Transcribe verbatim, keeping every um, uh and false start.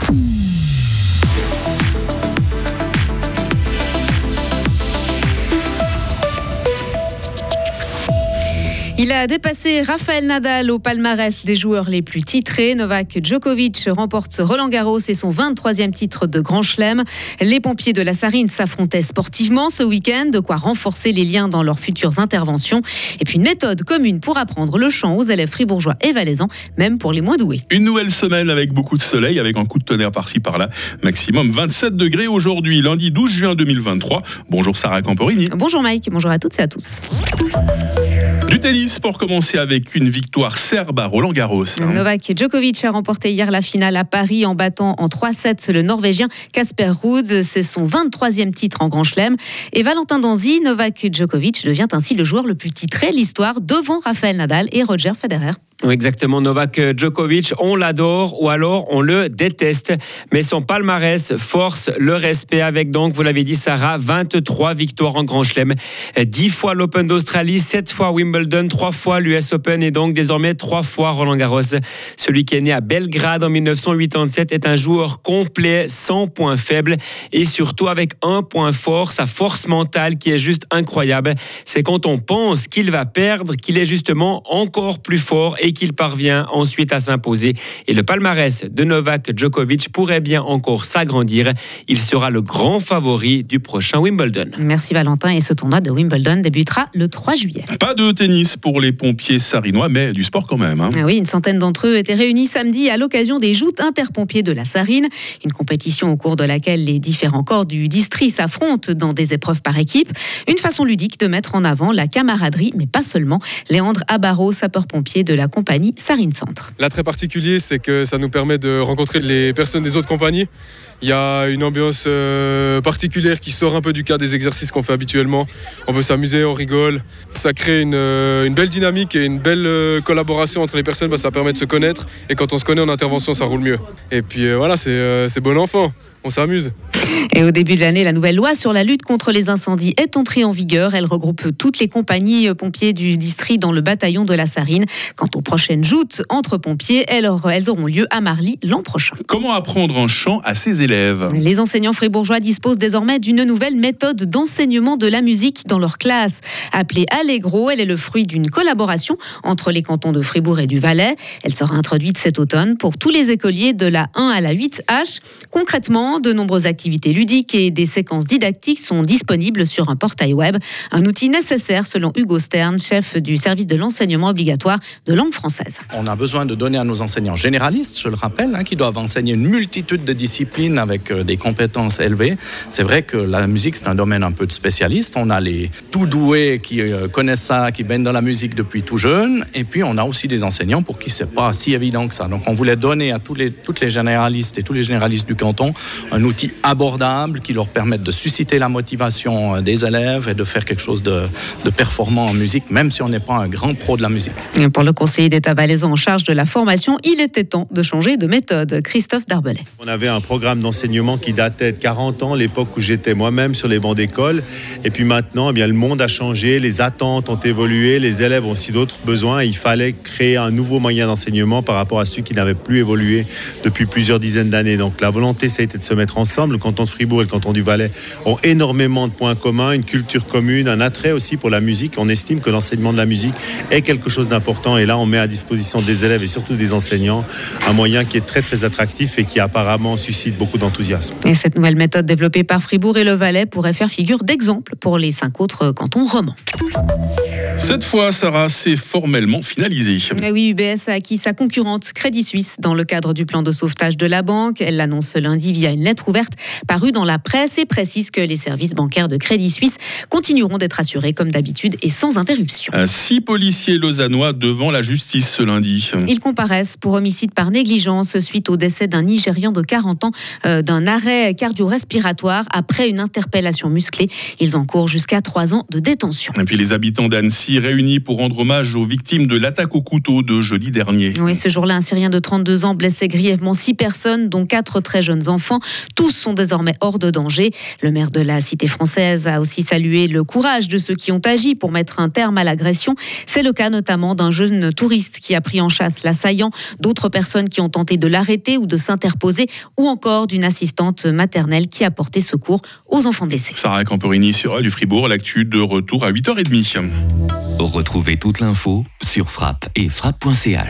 Il a dépassé Rafael Nadal au palmarès des joueurs les plus titrés. Novak Djokovic remporte Roland-Garros et son vingt-troisième titre de Grand Chelem. Les pompiers de la Sarine s'affrontaient sportivement ce week-end, de quoi renforcer les liens dans leurs futures interventions. Et puis une méthode commune pour apprendre le chant aux élèves fribourgeois et valaisans, même pour les moins doués. Une nouvelle semaine avec beaucoup de soleil, avec un coup de tonnerre par-ci par-là. Maximum vingt-sept degrés aujourd'hui, lundi douze juin deux mille vingt-trois. Bonjour Sarah Camporini. Bonjour Mike, bonjour à toutes et à tous. Du tennis pour commencer avec une victoire serbe à Roland-Garros. Novak Djokovic a remporté hier la finale à Paris en battant en trois sept le Norvégien Casper Ruud. C'est son vingt-troisième titre en Grand Chelem. Et Valentin Danzy, Novak Djokovic devient ainsi le joueur le plus titré de l'histoire devant Rafael Nadal et Roger Federer. Exactement, Novak Djokovic, on l'adore ou alors on le déteste. Mais son palmarès force le respect avec donc, vous l'avez dit Sarah, vingt-trois victoires en Grand Chelem. dix fois l'Open d'Australie, sept fois Wimbledon, trois fois l'U S Open et donc désormais trois fois Roland-Garros. Celui qui est né à Belgrade en dix-neuf cent quatre-vingt-dix-sept est un joueur complet, sans point faible et surtout avec un point fort, sa force mentale qui est juste incroyable. C'est quand on pense qu'il va perdre qu'il est justement encore plus fort et qu'il parvient ensuite à s'imposer. Et le palmarès de Novak Djokovic pourrait bien encore s'agrandir. Il sera le grand favori du prochain Wimbledon. Merci Valentin. Et ce tournoi de Wimbledon débutera le trois juillet. Pas de tennis pour les pompiers sarinois, mais du sport quand même. Hein. Ah oui, une centaine d'entre eux étaient réunis samedi à l'occasion des joutes interpompiers de la Sarine. Une compétition au cours de laquelle les différents corps du district s'affrontent dans des épreuves par équipe. Une façon ludique de mettre en avant la camaraderie, mais pas seulement. Léandre Abaro, sapeur-pompier de la compagnie Sarine Centre. L'attrait particulier, c'est que ça nous permet de rencontrer les personnes des autres compagnies. Il y a une ambiance euh, particulière qui sort un peu du cadre des exercices qu'on fait habituellement. On peut s'amuser, on rigole. Ça crée une, euh, une belle dynamique et une belle euh, collaboration entre les personnes. Bah, ça permet de se connaître. Et quand on se connaît en intervention, ça roule mieux. Et puis euh, voilà, c'est, euh, c'est bon enfant. On s'amuse. Et au début de l'année, la nouvelle loi sur la lutte contre les incendies est entrée en vigueur. Elle regroupe toutes les compagnies pompiers du district dans le bataillon de la Sarine. Quant aux prochaines joutes entre pompiers, elles, elles auront lieu à Marly l'an prochain. Comment apprendre un chant à ses élèves ? Les enseignants fribourgeois disposent désormais d'une nouvelle méthode d'enseignement de la musique dans leur classe. Appelée Allegro, elle est le fruit d'une collaboration entre les cantons de Fribourg et du Valais. Elle sera introduite cet automne pour tous les écoliers de la un à la huit H. Concrètement, de nombreuses activités ludiques et des séquences didactiques sont disponibles sur un portail web. Un outil nécessaire selon Hugo Stern, chef du service de l'enseignement obligatoire de langue française. On a besoin de donner à nos enseignants généralistes, je le rappelle, hein, qui doivent enseigner une multitude de disciplines avec euh, des compétences élevées. C'est vrai que la musique, c'est un domaine un peu de spécialiste. On a les tout doués qui euh, connaissent ça, qui baignent dans la musique depuis tout jeune. Et puis, on a aussi des enseignants pour qui c'est pas si évident que ça. Donc, on voulait donner à tous les, toutes les généralistes et tous les généralistes du canton un outil abordable qui leur permette de susciter la motivation des élèves et de faire quelque chose de, de performant en musique, même si on n'est pas un grand pro de la musique. Et pour le conseiller d'État valaisan en charge de la formation, il était temps de changer de méthode. Christophe Darbelay. On avait un programme d'enseignement qui datait de quarante ans, l'époque où j'étais moi-même sur les bancs d'école. Et puis maintenant, eh bien, le monde a changé, les attentes ont évolué, les élèves ont aussi d'autres besoins. Il fallait créer un nouveau moyen d'enseignement par rapport à ceux qui n'avaient plus évolué depuis plusieurs dizaines d'années. Donc la volonté, ça a été de se mettre ensemble. Le canton de Fribourg et le canton du Valais ont énormément de points communs, une culture commune, un attrait aussi pour la musique. On estime que l'enseignement de la musique est quelque chose d'important et là on met à disposition des élèves et surtout des enseignants un moyen qui est très très attractif et qui apparemment suscite beaucoup d'enthousiasme. Et cette nouvelle méthode développée par Fribourg et le Valais pourrait faire figure d'exemple pour les cinq autres cantons romans. Cette fois, Sarah, c'est formellement finalisé. Et oui, U B S a acquis sa concurrente Crédit Suisse dans le cadre du plan de sauvetage de la banque. Elle l'annonce ce lundi via une lettre ouverte parue dans la presse et précise que les services bancaires de Crédit Suisse continueront d'être assurés comme d'habitude et sans interruption. Six policiers lausannois devant la justice ce lundi. Ils comparaissent pour homicide par négligence suite au décès d'un Nigérian de quarante ans euh, d'un arrêt cardio-respiratoire après une interpellation musclée. Ils encourent jusqu'à trois ans de détention. Et puis les habitants d'Annecy Merci, réunis pour rendre hommage aux victimes de l'attaque au couteau de jeudi dernier. Oui, ce jour-là, un Syrien de trente-deux ans blessait grièvement six personnes, dont quatre très jeunes enfants. Tous sont désormais hors de danger. Le maire de la cité française a aussi salué le courage de ceux qui ont agi pour mettre un terme à l'agression. C'est le cas notamment d'un jeune touriste qui a pris en chasse l'assaillant, d'autres personnes qui ont tenté de l'arrêter ou de s'interposer, ou encore d'une assistante maternelle qui a porté secours aux enfants blessés. Sarah Camporini sur du Fribourg, l'actu de retour à huit heures trente. Retrouvez toute l'info sur Frappe et frappe point c h.